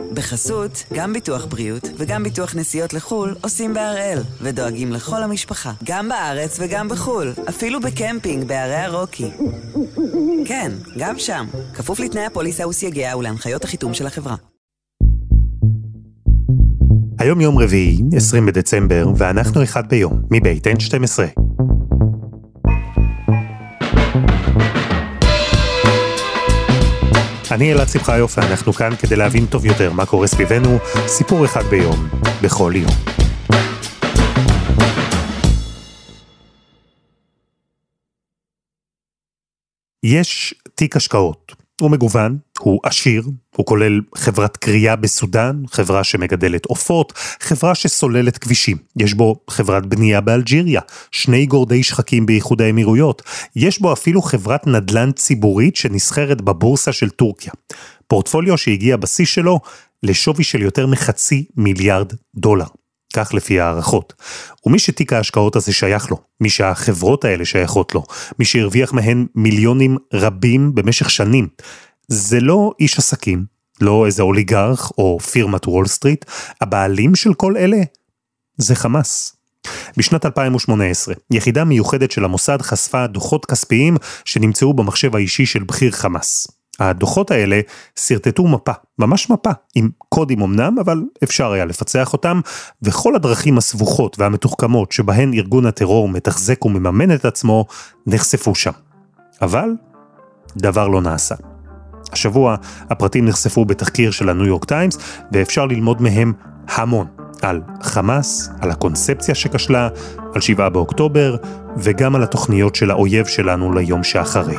בחסות, גם ביטוח בריאות וגם ביטוח נסיעות לחול עושים בהראל, ודואגים לכל המשפחה, גם בארץ וגם בחול, אפילו בקמפינג בערי הרוקי. כן, גם שם, כפוף לתנאי הפוליסה וסייגיה ולהנחיות החיתום של החברה. היום יום רביעי, 20 בדצמבר, ואנחנו אחד ביום, מבית N12. אני אלעד שמחיוף, ואנחנו כאן כדי להבין טוב יותר מה קורה סביבנו, סיפור אחד ביום, בכל יום. יש תיק השקעות. הוא מגוון, הוא עשיר, הוא כולל חברת קריאה בסודן, חברה שמגדלת עופות, חברה שסוללת כבישים. יש בו חברת בנייה באלג'יריה, 2 גורדי שחקים באיחוד האמירויות. יש בו אפילו חברת נדל"ן ציבורית שנסחרת בבורסה של טורקיה. פורטפוליו שהגיע בשיא שלו לשווי של יותר מ$500 מיליארד. כך לפי הערכות. ומי שתיק ההשקעות הזה שייך לו, מי שהחברות האלה שייכות לו, מי שהרוויח מהן מיליונים רבים במשך שנים, זה לא איש עסקים, לא איזה אוליגרך או פירמת וול סטריט, הבעלים של כל אלה זה חמאס. בשנת 2018, יחידה מיוחדת של המוסד חשפה דוחות כספיים שנמצאו במחשב האישי של בכיר חמאס. הדוחות האלה סרטטו מפה, ממש מפה, עם קודים אמנם, אבל אפשר היה לפצח אותם, וכל הדרכים הסבוכות והמתוחכמות שבהן ארגון הטרור מתחזק ומממן את עצמו, נחשפו שם. אבל דבר לא נעשה. השבוע הפרטים נחשפו בתחקיר של הניו יורק טיימס, ואפשר ללמוד מהם המון, על חמאס, על הקונספציה שכשלה, על 7 באוקטובר, וגם על התוכניות של האויב שלנו ליום שאחרי.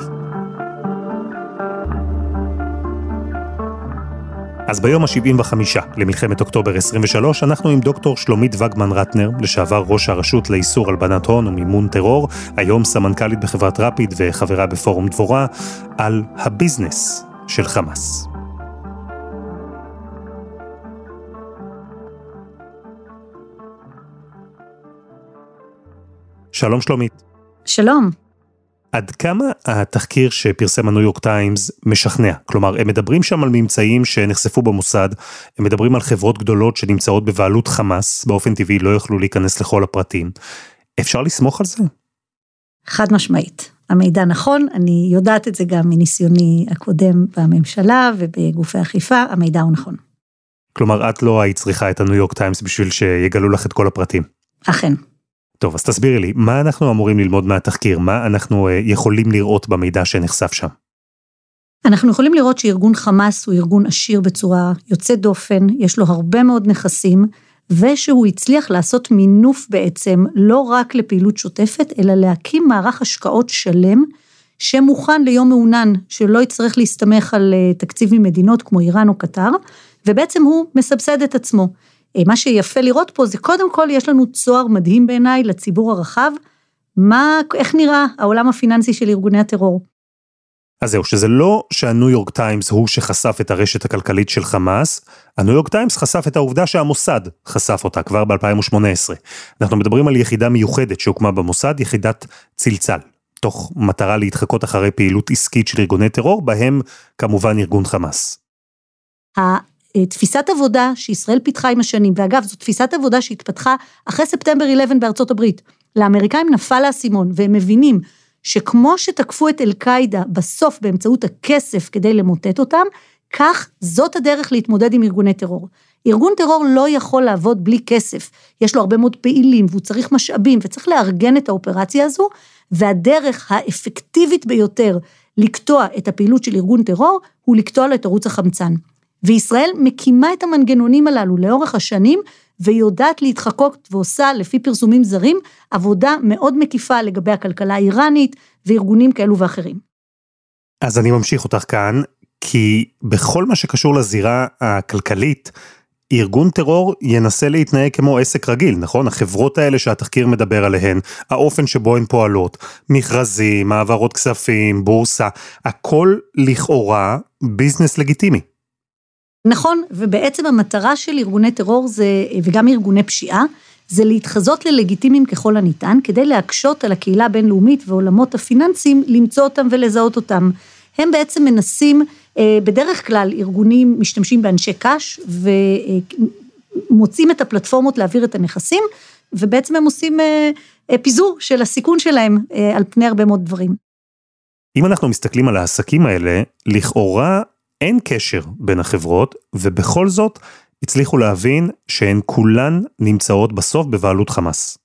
אז ביום ה-75 למלחמת אוקטובר 23, אנחנו עם דוקטור שלומית וגמן רטנר, לשעבר ראש הרשות לאיסור הלבנת הון ומימון טרור, היום סמנכ"לית בחברת רפיד וחברה בפורום דבורה, על הביזנס של חמאס. שלום שלומית. שלום. עד כמה התחקיר שפרסם הניו יורק טיימס משכנע? כלומר, הם מדברים שם על ממצאים שנחשפו במוסד, הם מדברים על חברות גדולות שנמצאות בבעלות חמאס, באופן טבעי לא יוכלו להיכנס לכל הפרטים. אפשר לסמוך על זה? חד משמעית. המידע נכון, אני יודעת את זה גם מניסיוני הקודם בממשלה ובגופי אכיפה, המידע הוא נכון. כלומר, את לא היית צריכה את הניו יורק טיימס בשביל שיגלו לך את כל הפרטים? אכן. טוב, אז תסבירי לי, מה אנחנו אמורים ללמוד מהתחקיר? מה אנחנו יכולים לראות במידע שנחשף שם? אנחנו יכולים לראות שארגון חמאס הוא ארגון עשיר בצורה יוצאת דופן, יש לו הרבה מאוד נכסים, ושהוא הצליח לעשות מינוף בעצם, לא רק לפעילות שוטפת, אלא להקים מערך השקעות שלם, שמוכן ליום מעונן, שלא יצטרך להסתמך על תקציב ממדינות כמו איראן או קטר, ובעצם הוא מסבסד את עצמו. מה שיפה לראות פה זה קודם כל יש לנו צוהר מדהים בעיניי לציבור הרחב, איך נראה העולם הפיננסי של ארגוני הטרור. אז זהו, שזה לא שהניו יורק טיימס הוא שחשף את הרשת הכלכלית של חמאס, הניו יורק טיימס חשף את העובדה שהמוסד חשף אותה כבר ב-2018. אנחנו מדברים על יחידה מיוחדת שהוקמה במוסד, יחידת צלצל, תוך מטרה להתחקות אחרי פעילות עסקית של ארגוני טרור, בהם כמובן ארגון חמאס. תפיסת עבודה שישראל פיתחה עם השנים, ואגב, זו תפיסת עבודה שהתפתחה אחרי ספטמבר 11 בארצות הברית. לאמריקאים נפל האסימון, והם מבינים שכמו שתקפו את אל-קאידה בסוף באמצעות הכסף כדי למוטט אותם, כך זאת הדרך להתמודד עם ארגוני טרור. ארגון טרור לא יכול לעבוד בלי כסף, יש לו הרבה מאוד פעילים, והוא צריך משאבים, וצריך לארגן את האופרציה הזו, והדרך האפקטיבית ביותר לקטוע את הפעילות של ארגון טרור, הוא לקטוע לו את ערוץ החמצן. וישראל מקימה את המנגנונים הללו לאורך השנים, ויודעת להתחקות ועושה לפי פרסומים זרים, עבודה מאוד מקיפה לגבי הכלכלה האיראנית, וארגונים כאלו ואחרים. אז אני ממשיך אותך כאן, כי בכל מה שקשור לזירה הכלכלית, ארגון טרור ינסה להתנהג כמו עסק רגיל, נכון? החברות האלה שהתחקיר מדבר עליהן, האופן שבו הן פועלות, מכרזים, העברות כספים, בורסה, הכל לכאורה ביזנס לגיטימי. נכון, ובעצם המטרה של ארגוני טרור זה, וגם ארגוני פשיעה, זה להתחזות ללגיטימיים ככל הניתן, כדי להקשות על הקהילה הבינלאומית ועולמות הפיננסים, למצוא אותם ולזהות אותם. הם בעצם מנסים בדרך כלל ארגונים משתמשים באנשי קש, ומוצאים את הפלטפורמות להעביר את הנכסים, ובעצם הם עושים פיזור של הסיכון שלהם על פני הרבה מאוד דברים. אם אנחנו מסתכלים על העסקים האלה, לכאורה אין קשר בין החברות, ובכל זאת הצליחו להבין שהן כולן נמצאות בסוף בבעלות חמאס.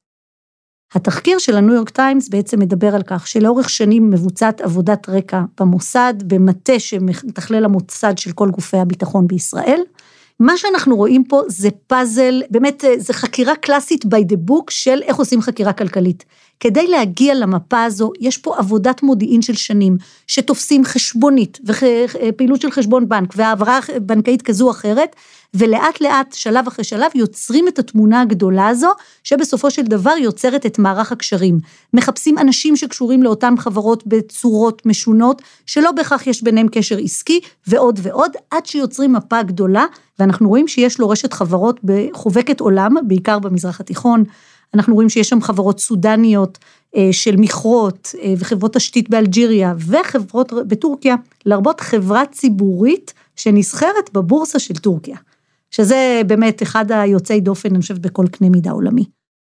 התחקיר של הניו יורק טיימס בעצם מדבר על כך שלאורך שנים מבוצעת עבודת רקע במוסד, במטה שמתכלל המוסד של כל גופי הביטחון בישראל. מה שאנחנו רואים פה זה פאזל, באמת זה חקירה קלאסית by the book של איך עושים חקירה כלכלית. כדי להגיע למפה הזו, יש פה עבודת מודיעין של שנים, שתופסים חשבונית, ופעילות של חשבון בנק, והעברה בנקאית כזו או אחרת, ולאט לאט, שלב אחרי שלב, יוצרים את התמונה הגדולה הזו, שבסופו של דבר יוצרת את מערך הקשרים. מחפשים אנשים שקשורים לאותן חברות בצורות משונות, שלא בהכרח יש ביניהם קשר עסקי, ועוד ועוד, עד שיוצרים מפה גדולה, ואנחנו רואים שיש לו רשת חברות בחובקת עולם, בעיקר במזרח התיכון, אנחנו רואים שיש שם חברות סודניות של מכרות וחברות תשתית באלג'יריה וחברות בטורקיה, לרבות חברה ציבורית שנסחרת בבורסה של טורקיה, שזה באמת אחד היוצאי דופן, אני חושבת, בכל קנה מידה עולמי.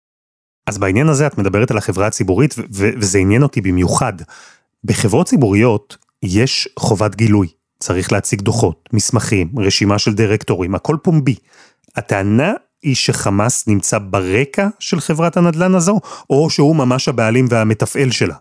אז בעניין הזה את מדברת על החברה הציבורית, וזה עניין אותי במיוחד. בחברות ציבוריות יש חובת גילוי, צריך להציג דוחות, מסמכים, רשימה של דירקטורים, הכל פומבי. הטענה היא שחמאס נמצא ברקע של חברת הנדל"ן הזו, או שהוא ממש הבעלים והמתפעל שלה?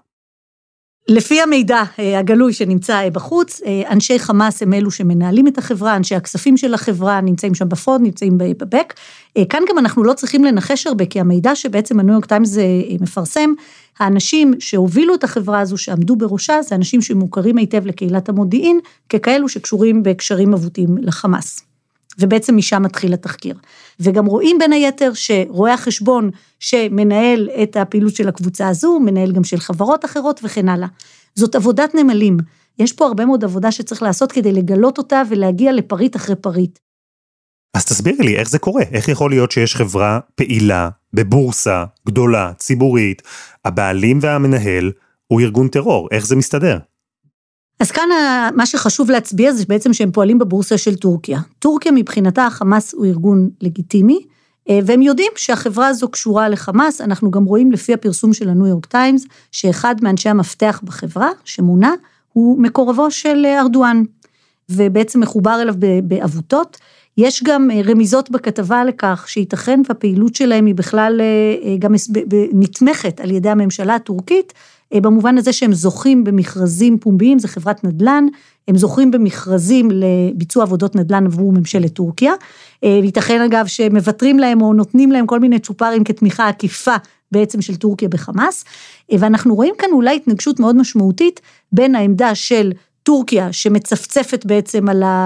לפי המידע הגלוי שנמצא בחוץ, אנשי חמאס הם אלו שמנהלים את החברה, אנשי הכספים של החברה נמצאים שם בפרונט, נמצאים בבק. כאן גם אנחנו לא צריכים לנחש הרבה, כי המידע שבעצם הניו יורק טיימס מפרסם, האנשים שהובילו את החברה הזו שעמדו בראשה, זה אנשים שמוכרים היטב לקהילת המודיעין, ככאלו שקשורים בקשרים מבוטים לחמאס. ובעצם משם מתחיל התחקיר. וגם רואים בין היתר שרואה החשבון שמנהל את הפעילות של הקבוצה הזו, מנהל גם של חברות אחרות וכן הלאה. זאת עבודת נמלים. יש פה הרבה מאוד עבודה שצריך לעשות כדי לגלות אותה ולהגיע לפריט אחרי פריט. אז תסבירי לי איך זה קורה. איך יכול להיות שיש חברה פעילה, בבורסה, גדולה, ציבורית, הבעלים והמנהל הוא ארגון טרור? איך זה מסתדר? אז כאן מה שחשוב להצביע זה בעצם שהם פועלים בבורסה של טורקיה. טורקיה מבחינתה החמאס הוא ארגון לגיטימי, והם יודעים שהחברה הזו קשורה לחמאס, אנחנו גם רואים לפי הפרסום של הניו יורק טיימס, שאחד מאנשי המפתח בחברה שמונה, הוא מקורבו של ארדואן, ובעצם מחובר אליו בעבותות. יש גם רמיזות בכתבה לכך שייתכן והפעילות שלהם היא בכלל גם נתמכת על ידי הממשלה הטורקית, במובן הזה שהם זוכים במכרזים פומביים, זה חברת נדל"ן, הם זוכים במכרזים לביצוע עבודות נדל"ן עבור ממשלת טורקיה, ייתכן אגב שמוותרים להם או נותנים להם כל מיני צ'ופרים כתמיכה עקיפה בעצם של טורקיה בחמאס, ואנחנו רואים כאן אולי התנגשות מאוד משמעותית בין העמדה של טורקיה שמצפצפת בעצם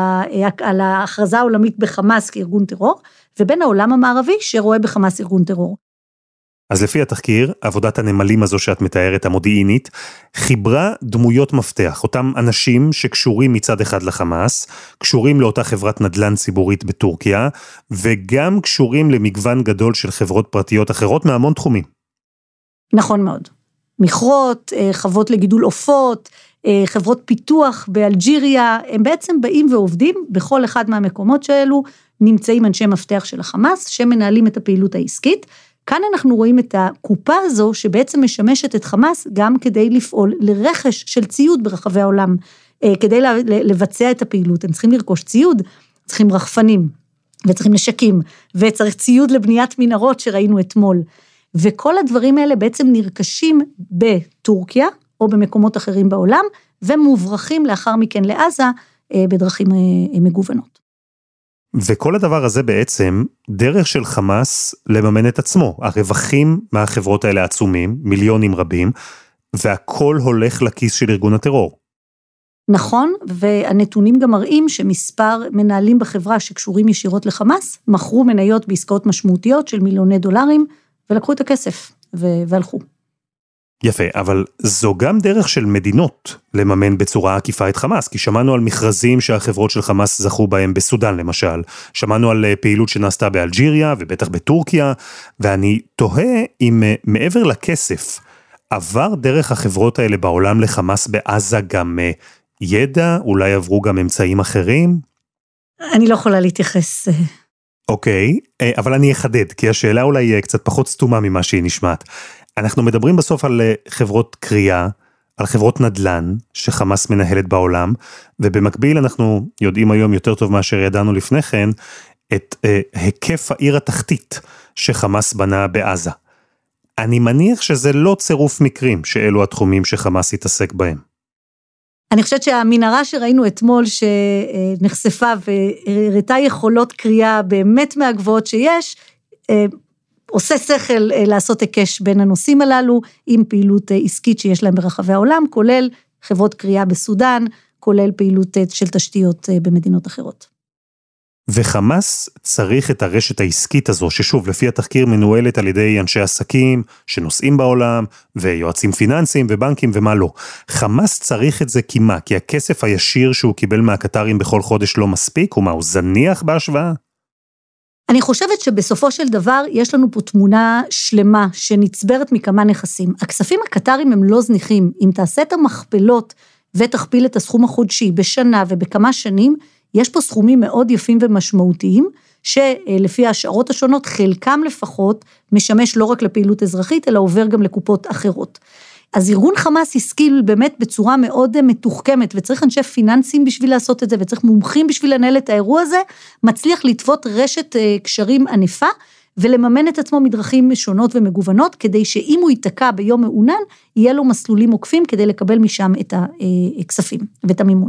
על ההכרזה העולמית בחמאס כארגון טרור, ובין העולם המערבי שרואה בחמאס ארגון טרור. אז לפי התחקיר, עבודת הנמלים הזו שאת מתארת המודיעינית, חיברה דמויות מפתח, אותם אנשים שקשורים מצד אחד לחמאס, קשורים לאותה חברת נדל"ן ציבורית בטורקיה, וגם קשורים למגוון גדול של חברות פרטיות אחרות מהמון תחומים. נכון מאוד. מכרות, חוות לגידול עופות, חברות פיתוח באלג'יריה, הם בעצם באים ועובדים בכל אחד מהמקומות שאלו, נמצאים אנשי מפתח של החמאס, שמנהלים את הפעילות העסקית, כאן אנחנו רואים את הקופה הזו, שבעצם משמשת את חמאס, גם כדי לפעול לרכש של ציוד ברחבי העולם, כדי לבצע את הפעילות, הם צריכים לרכוש ציוד, צריכים רחפנים, וצריכים נשקים, וצריך ציוד לבניית מנהרות שראינו אתמול, וכל הדברים האלה בעצם נרכשים בטורקיה, או במקומות אחרים בעולם, ומוברחים לאחר מכן לעזה, בדרכים מגוונות. וכל הדבר הזה בעצם דרך של חמאס לממן את עצמו. הרווחים מהחברות האלה עצומים, מיליונים רבים, והכל הולך לכיס של ארגון הטרור. נכון, והנתונים גם מראים שמספר מנהלים בחברה שקשורים ישירות לחמאס, מכרו מניות בעסקאות משמעותיות של מיליוני דולרים, ולקחו את הכסף והלכו. יפה, אבל זו גם דרך של מדינות לממן בצורה עקיפה את חמאס, כי שמענו על מכרזים שהחברות של חמאס זכו בהם בסודן למשל, שמענו על פעילות שנעשתה באלג'יריה ובטח בטורקיה, ואני תוהה אם מעבר לכסף, עבר דרך החברות האלה בעולם לחמאס בעזה גם ידע, אולי עברו גם אמצעים אחרים? אני לא יכולה להתייחס. אוקיי, אבל אני אחדד, כי השאלה אולי קצת פחות סתומה ממה שהיא נשמעת. אנחנו מדברים בסוף על חברות קריאה, על חברות נדל"ן שחמאס מנהלת בעולם, ובמקביל אנחנו יודעים היום יותר טוב מאשר ידענו לפני כן, את היקף העיר התחתית שחמאס בנה בעזה. אני מניח שזה לא צירוף מקרים שאלו התחומים שחמאס יתעסק בהם. אני חושבת שהמנהרה שראינו אתמול שנחשפה והראתה יכולות קריאה באמת מהגבוהות שיש, עושה שכל לעשות היקש בין הנושאים הללו, עם פעילות עסקית שיש להם ברחבי העולם, כולל חברות קריאה בסודן, כולל פעילות של תשתיות במדינות אחרות. וחמאס צריך את הרשת העסקית הזו, ששוב, לפי התחקיר מנוהלת על ידי אנשי עסקים שנוסעים בעולם, ויועצים פיננסיים ובנקים ומה לא. חמאס צריך את זה כמה? כי הכסף הישיר שהוא קיבל מהקטרים בכל חודש לא מספיק, ומה, הוא זניח בהשוואה? אני חושבת שבסופו של דבר יש לנו פה תמונה שלמה שנצברת מכמה נכסים. הכספים הקטרים הם לא זניחים. אם תעשה את המכפלות ותכפיל את הסכום החודשי בשנה ובכמה שנים, יש פה סכומים מאוד יפים ומשמעותיים, שלפי ההשערות השונות, חלקם לפחות משמש לא רק לפעילות אזרחית, אלא עובר גם לקופות אחרות. אז ארגון חמאס השכיל באמת בצורה מאוד מתוחכמת, וצריך אנשי פיננסים בשביל לעשות את זה, וצריך מומחים בשביל לנהל את האירוע הזה, מצליח לטוות רשת קשרים ענפה, ולממן את עצמו מדרכים שונות ומגוונות, כדי שאם הוא ייתקע ביום מעונן, יהיה לו מסלולים עוקפים, כדי לקבל משם את הכספים ואת המימון.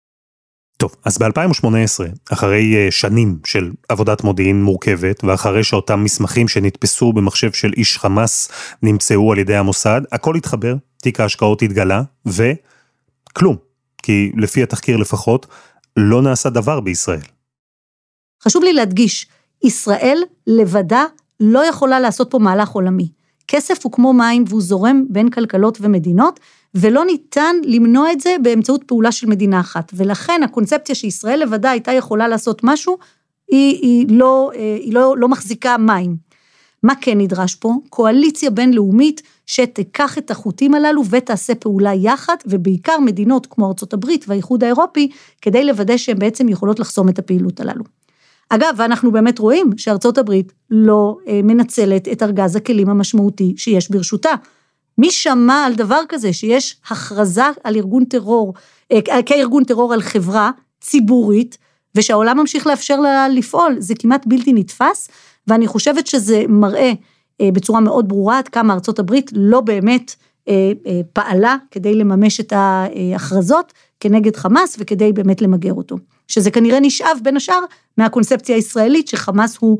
טוב, אז ב-2018, אחרי שנים של עבודת מודיעין מורכבת, ואחרי שאותם מסמכים שנתפסו במחשב של איש חמאס נמצאו על ידי המוסד, הכל התחבר, תיק ההשקעות התגלה, וכלום, כי לפי התחקיר לפחות, לא נעשה דבר בישראל. חשוב לי להדגיש, ישראל לבדה לא יכולה לעשות פה מהלך עולמי. כסף הוא כמו מים והוא זורם בין כלכלות ומדינות, ולא ניתן למנוע את זה באמצעות פעולה של מדינה אחת. ולכן הקונספציה שישראל לבדה הייתה יכולה לעשות משהו, היא לא מחזיקה מים. מה כן נדרש פה? קואליציה בינלאומית שתיקח את החוטים הללו ותעשה פעולה יחד, ובעיקר מדינות כמו ארצות הברית והאיחוד האירופי, כדי לוודא שהן בעצם יכולות לחסום את הפעילות הללו. אגב, אנחנו באמת רואים שארצות הברית לא מנצלת את ארגז הכלים המשמעותי שיש ברשותה. מי שמע על דבר כזה שיש הכרזה על ארגון טרור, כארגון טרור על חברה ציבורית, ושהעולם ממשיך לאפשר לה לפעול, זה כמעט בלתי נתפס, ואני חושבת שזה מראה בצורה מאוד ברורה, עד כמה ארצות הברית לא באמת פעלה כדי לממש את ההכרזות כנגד חמאס, וכדי באמת למגר אותו. שזה כנראה נשאב בין השאר מהקונספציה הישראלית, שחמאס הוא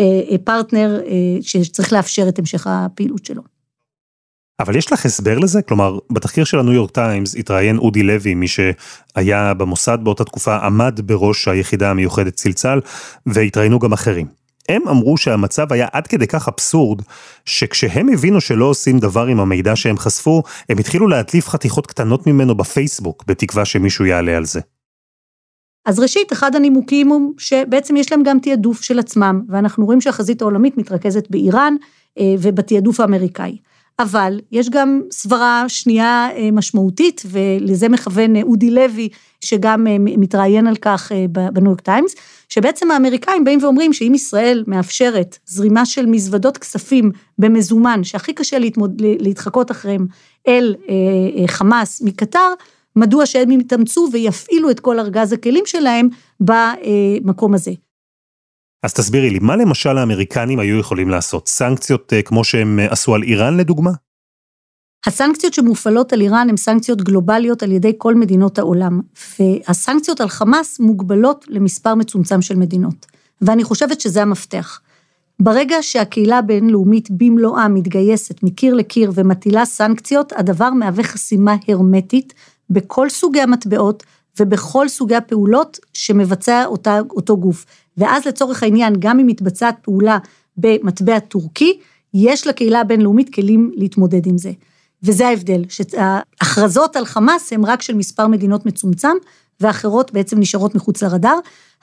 פרטנר שצריך לאפשר את המשך הפעילות שלו. אבל יש לך הסבר לזה? כלומר, בתחקיר של הניו יורק טיימס התראיין אודי לוי, מי שהיה במוסד באותה תקופה, עמד בראש היחידה המיוחדת צלצל, והתראיינו גם אחרים. הם אמרו שהמצב היה עד כדי כך אבסורד, שכשהם הבינו שלא עושים דבר עם המידע שהם חשפו, הם התחילו להדליף חתיכות קטנות ממנו בפייסבוק, בתקווה שמישהו יעלה על זה. אז ראשית, אחד הנימוקים הוא שבעצם יש להם גם תיעדוף של עצמם, ואנחנו רואים שהחזית העולמית מתרכזת באיראן ובתיעדוף האמריקאי. אבל יש גם סברה שנייה משמעותית, ולזה מכוון אודי לוי, שגם מתראיין על כך בניו יורק טיימס, שבעצם האמריקאים באים ואומרים שאם ישראל מאפשרת זרימה של מזוודות כספים במזומן, שהכי קשה להתחקות אחריהם אל חמאס מקטר, מדוע שהם יתאמצו ויפעילו את כל ארגז הכלים שלהם במקום הזה. אז תסבירי לי, מה למשל האמריקנים היו יכולים לעשות? סנקציות כמו שהם עשו על איראן לדוגמה? הסנקציות שמופעלות על איראן הן סנקציות גלובליות על ידי כל מדינות העולם, והסנקציות על חמאס מוגבלות למספר מצומצם של מדינות, ואני חושבת שזה המפתח. ברגע שהקהילה הבינלאומית במלואה מתגייסת מקיר לקיר ומטילה סנקציות, הדבר מהווה חסימה הרמטית בכל סוגי המטבעות ובכל סוגי הפעולות שמבצע אותו גוף. ואז לצורך העניין, גם אם מתבצעת פעולה במטבע טורקי, יש לקהילה הבינלאומית כלים להתמודד עם זה. וזה ההבדל, שההכרזות על חמאס הן רק של מספר מדינות מצומצם, ואחרות בעצם נשארות מחוץ לרדאר.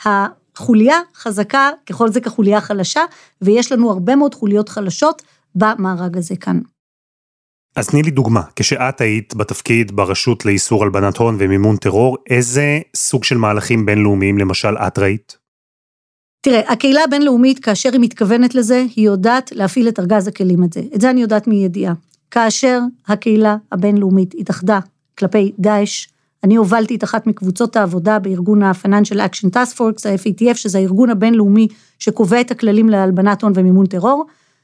החוליה חזקה, ככל זה כחוליה חלשה, ויש לנו הרבה מאוד חוליות חלשות במארג הזה כאן. אז תני לי דוגמה, כשאת היית בתפקיד ברשות לאיסור הלבנת הון ומימון טרור, איזה סוג של מהלכים בינלאומיים למשל את ראית? תראה, הקהילה הבינלאומית, כאשר היא מתכוונת לזה, היא יודעת להפעיל את ארגז הכלים הזה. את זה אני יודעת מידיעה. כאשר הקהילה הבינלאומית התאחדה כלפי דאעש, אני הובלתי את אחת מקבוצות העבודה בארגון ה-Financial Action Task Force, ה-FATF, שזה הארגון הבינלאומי שקובע את הכללים להלבנת הון ומימון טרור.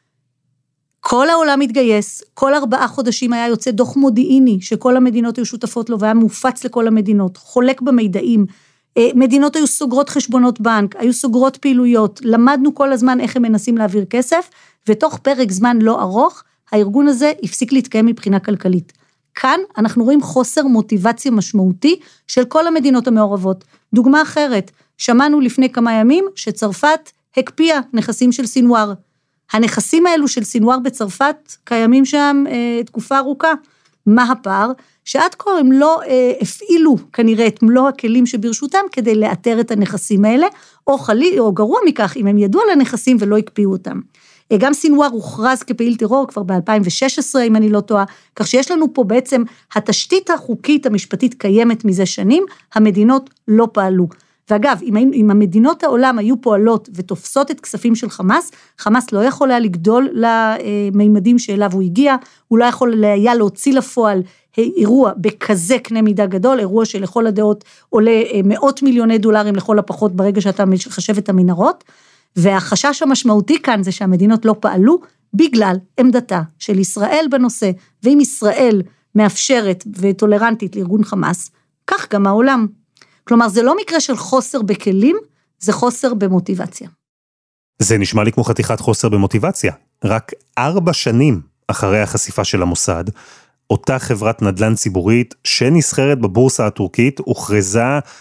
כל העולם התגייס, כל 4 חודשים היה יוצא דוח מודיעיני, שכל המדינות היו שותפות לו, והיה מופץ לכל המדינות, חולק במידעים, מדינות היו סוגרות חשבונות בנק, היו סוגרות פעילויות, למדנו כל הזמן איך הם מנסים להעביר כסף, ותוך פרק זמן לא ארוך, הארגון הזה הפסיק להתקיים מבחינה כלכלית. כאן אנחנו רואים חוסר מוטיבציה משמעותי של כל המדינות המעורבות. דוגמה אחרת, שמענו לפני כמה ימים שצרפת הקפיאה נכסים של סינואר. הנכסים האלו של סינואר בצרפת קיימים שם תקופה ארוכה. מה הפער? שעד כה הם לא הפעילו כנראה את מלוא הכלים שברשותם כדי לאתר את הנכסים האלה, או גרוע מכך אם הם ידעו על הנכסים ולא הקפיאו אותם. גם סינואר הוכרז כפעיל טרור כבר ב-2016, אם אני לא טועה, כך שיש לנו פה בעצם התשתית החוקית המשפטית קיימת מזה שנים, המדינות לא פעלו. ואגב, אם המדינות העולם היו פועלות ותופסות את כספים של חמאס, חמאס לא יכול היה לגדול למימדים שאליו הוא הגיע, הוא לא יכול היה להוציא לפועל אירוע בכזה קנה מידה גדול, אירוע שלכל הדעות עולה מאות מיליוני דולרים לכל הפחות ברגע שאתה מחשב את המנהרות, והחשש המשמעותי כאן זה שהמדינות לא פעלו בגלל עמדתה של ישראל בנושא, ואם ישראל מאפשרת וטולרנטית לארגון חמאס, כך גם העולם. כלומר, זה לא מקרה של חוסר בכלים, זה חוסר במוטיבציה. זה נשמע לי כמו חתיכת חוסר במוטיבציה. רק 4 שנים אחרי החשיפה של המוסד, אותה חברת נדל"ן ציבורית שנסחרת בבורסה הטורקית, הוכרזה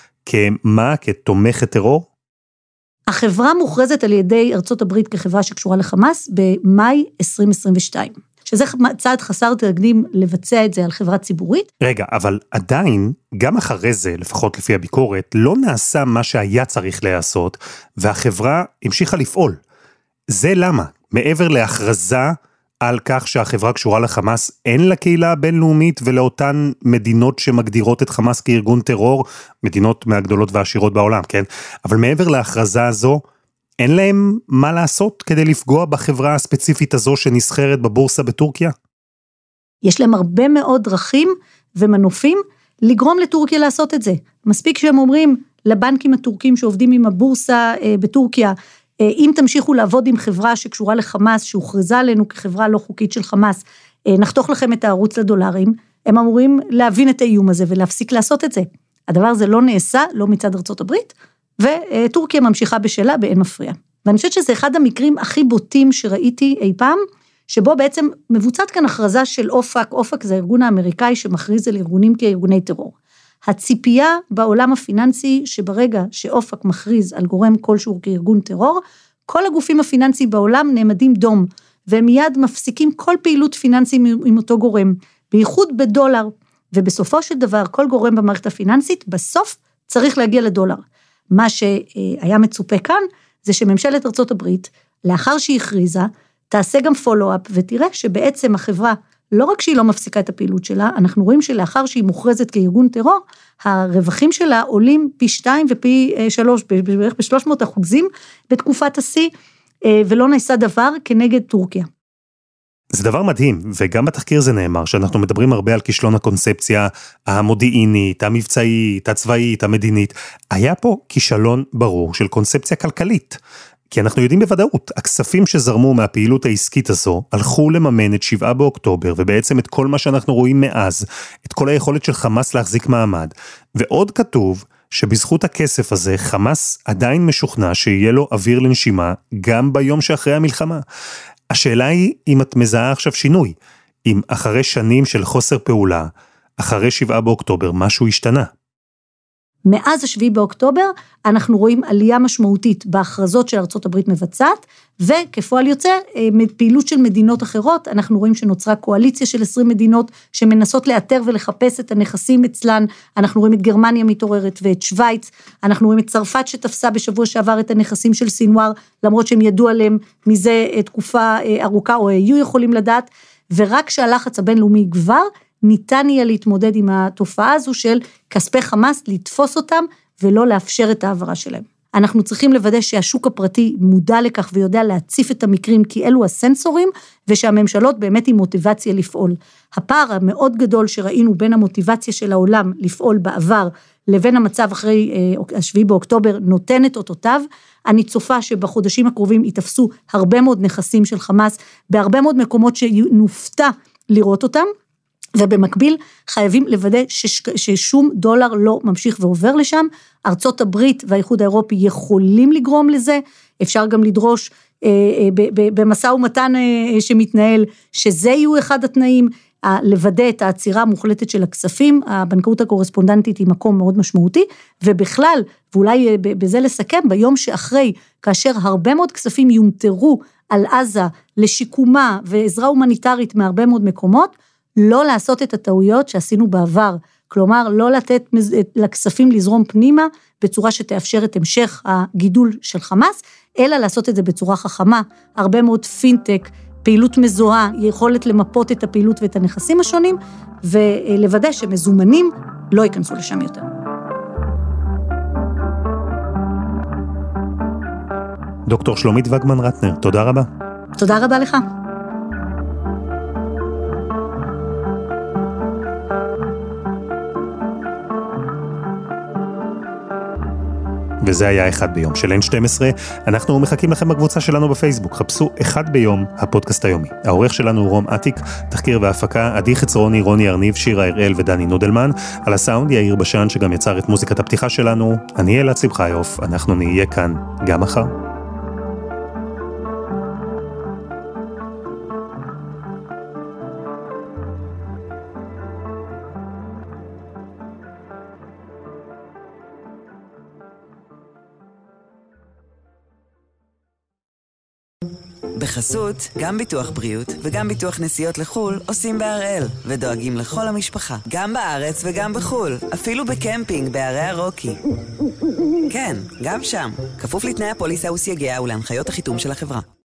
כתומכת טרור? החברה מוכרזת על ידי ארצות הברית כחברה שקשורה לחמאס במאי 2022. שזה צעד חסר תקדים לבצע את זה על חברה ציבורית. רגע, אבל עדיין, גם אחרי זה, לפחות לפי הביקורת, לא נעשה מה שהיה צריך לעשות, והחברה המשיכה לפעול. זה למה? מעבר להכרזה על כך שהחברה קשורה לחמאס, אין לקהילה הבינלאומית ולאותן מדינות שמגדירות את חמאס כארגון טרור, מדינות מהגדולות והעשירות בעולם, כן? אבל מעבר להכרזה הזו, אין להם מה לעשות כדי לפגוע בחברה הספציפית הזו שנסחרת בבורסה בטורקיה? יש להם הרבה מאוד דרכים ומנופים לגרום לטורקיה לעשות את זה. מספיק שהם אומרים לבנקים הטורקים שעובדים עם הבורסה בטורקיה, אם תמשיכו לעבוד עם חברה שקשורה לחמאס, שהוכרזה עלינו כחברה לא חוקית של חמאס, נחתוך לכם את הערוץ לדולרים, הם אמורים להבין את האיום הזה ולהפסיק לעשות את זה. הדבר הזה לא נעשה, לא מצד ארצות הברית, וטורקיה ממשיכה בשלה באין מפריע. ואני חושבת שזה אחד המקרים הכי בוטים שראיתי אי פעם, שבו בעצם מבוצעת כאן הכרזה של אופק, אופק זה הארגון האמריקאי שמכריז על ארגונים כארגוני טרור. הציפייה בעולם הפיננסי שברגע שאופק מכריז על גורם כלשהו כארגון טרור, כל הגופים הפיננסיים בעולם נעמדים דום, והם מיד מפסיקים כל פעילות פיננסית עם אותו גורם, בייחוד בדולר, ובסופו של דבר כל גורם במערכת הפיננסית בסוף צריך להגיע לדולר. מה שהיה מצופה כאן, זה שממשלת ארצות הברית, לאחר שהיא הכריזה, תעשה גם פולו-אפ, ותראה שבעצם החברה, לא רק שהיא לא מפסיקה את הפעילות שלה, אנחנו רואים שלאחר שהיא מוכרזת כארגון טרור, הרווחים שלה עולים פי 2 ופי 3, בערך ב-300% בתקופת השיא, ולא נעשה דבר כנגד טורקיה. זה דבר מדהים, וגם בתחקיר זה נאמר, שאנחנו מדברים הרבה על כישלון הקונספציה המודיעינית, המבצעית, הצבאית, המדינית. היה פה כישלון ברור של קונספציה כלכלית. כי אנחנו יודעים בוודאות, הכספים שזרמו מהפעילות העסקית הזו, הלכו לממן את 7 באוקטובר, ובעצם את כל מה שאנחנו רואים מאז, את כל היכולת של חמאס להחזיק מעמד. ועוד כתוב שבזכות הכסף הזה, חמאס עדיין משוכנע שיהיה לו אוויר לנשימה, גם ביום שאחרי המלחמה. השאלה היא אם את מזהה עכשיו שינוי, אם אחרי שנים של חוסר פעולה, אחרי 7 באוקטובר, משהו השתנה. מאז 7 באוקטובר, אנחנו רואים עלייה משמעותית בהכרזות של ארצות הברית מבצעת, וכפועל יוצא, פעילות של מדינות אחרות, אנחנו רואים שנוצרה קואליציה של 20 מדינות, שמנסות לאתר ולחפש את הנכסים אצלן, אנחנו רואים את גרמניה מתעוררת ואת שוויץ, אנחנו רואים את צרפת שתפסה בשבוע שעבר את הנכסים של סינואר, למרות שהם ידעו עליהם מזה תקופה ארוכה, או היו יכולים לדעת, ורק כשהלחץ הבינלאומי יגבר, ניתן יהיה להתמודד עם התופעה הזו של כספי חמאס, לתפוס אותם ולא לאפשר את העברה שלהם. אנחנו צריכים לוודא שהשוק הפרטי מודע לכך ויודע להציף את המקרים, כי אלו הסנסורים, ושהממשלות באמת עם מוטיבציה לפעול. הפער המאוד גדול שראינו בין המוטיבציה של העולם לפעול בעבר, לבין המצב אחרי 7 באוקטובר, נותן את אותותיו. אני צופה שבחודשים הקרובים יתפסו הרבה מאוד נכסים של חמאס, בהרבה מאוד מקומות שנופתע לראות אותם, ובמקביל חייבים לוודא ששום דולר לא ממשיך ועובר לשם. ארצות הברית והאיחוד האירופי יכולים לגרום לזה, אפשר גם לדרוש במשא ומתן שמתנהל, שזה יהיו אחד התנאים, לוודא את העצירה המוחלטת של הכספים. הבנקאות הקורספונדנטית היא מקום מאוד משמעותי, ובכלל, ואולי בזה לסכם, ביום שאחרי, כאשר הרבה מאוד כספים יומטרו על עזה לשיקומה ועזרה הומניטרית מהרבה מאוד מקומות, לא לעשות את הטעויות שעשינו בעבר, כלומר לא לתת לכספים לזרום פנימה, בצורה שתאפשר את המשך הגידול של חמאס, אלא לעשות את זה בצורה חכמה, הרבה מאוד פינטק, פעילות מזוהה, יכולת למפות את הפעילות ואת הנכסים השונים, ולוודא שמזומנים לא ייכנסו לשם יותר. דוקטור שלומית וגמן רטנר, תודה רבה. תודה רבה לך. וזה היה אחד ביום של N12, אנחנו מחכים לכם בקבוצה שלנו בפייסבוק, חפשו אחד ביום הפודקאסט היומי. העורך שלנו הוא רום עתיק, תחקיר והפקה, עדי חצרוני, רוני ארניב, שירה הראל ודני נודלמן, על הסאונד יאיר בשן שגם יצר את מוזיקת הפתיחה שלנו, אני אלעד שמחיוף, אנחנו נהיה כאן גם מחר. בחסות, גם ביטוח בריאות וגם ביטוח נסיעות לחול עושים בהראל ודואגים לכל המשפחה, גם בארץ וגם בחול, אפילו בקמפינג בערי הרוקי. כן, גם שם, כפוף לתנאי הפוליסה וסייגיה ולהנחיות החיתום של החברה.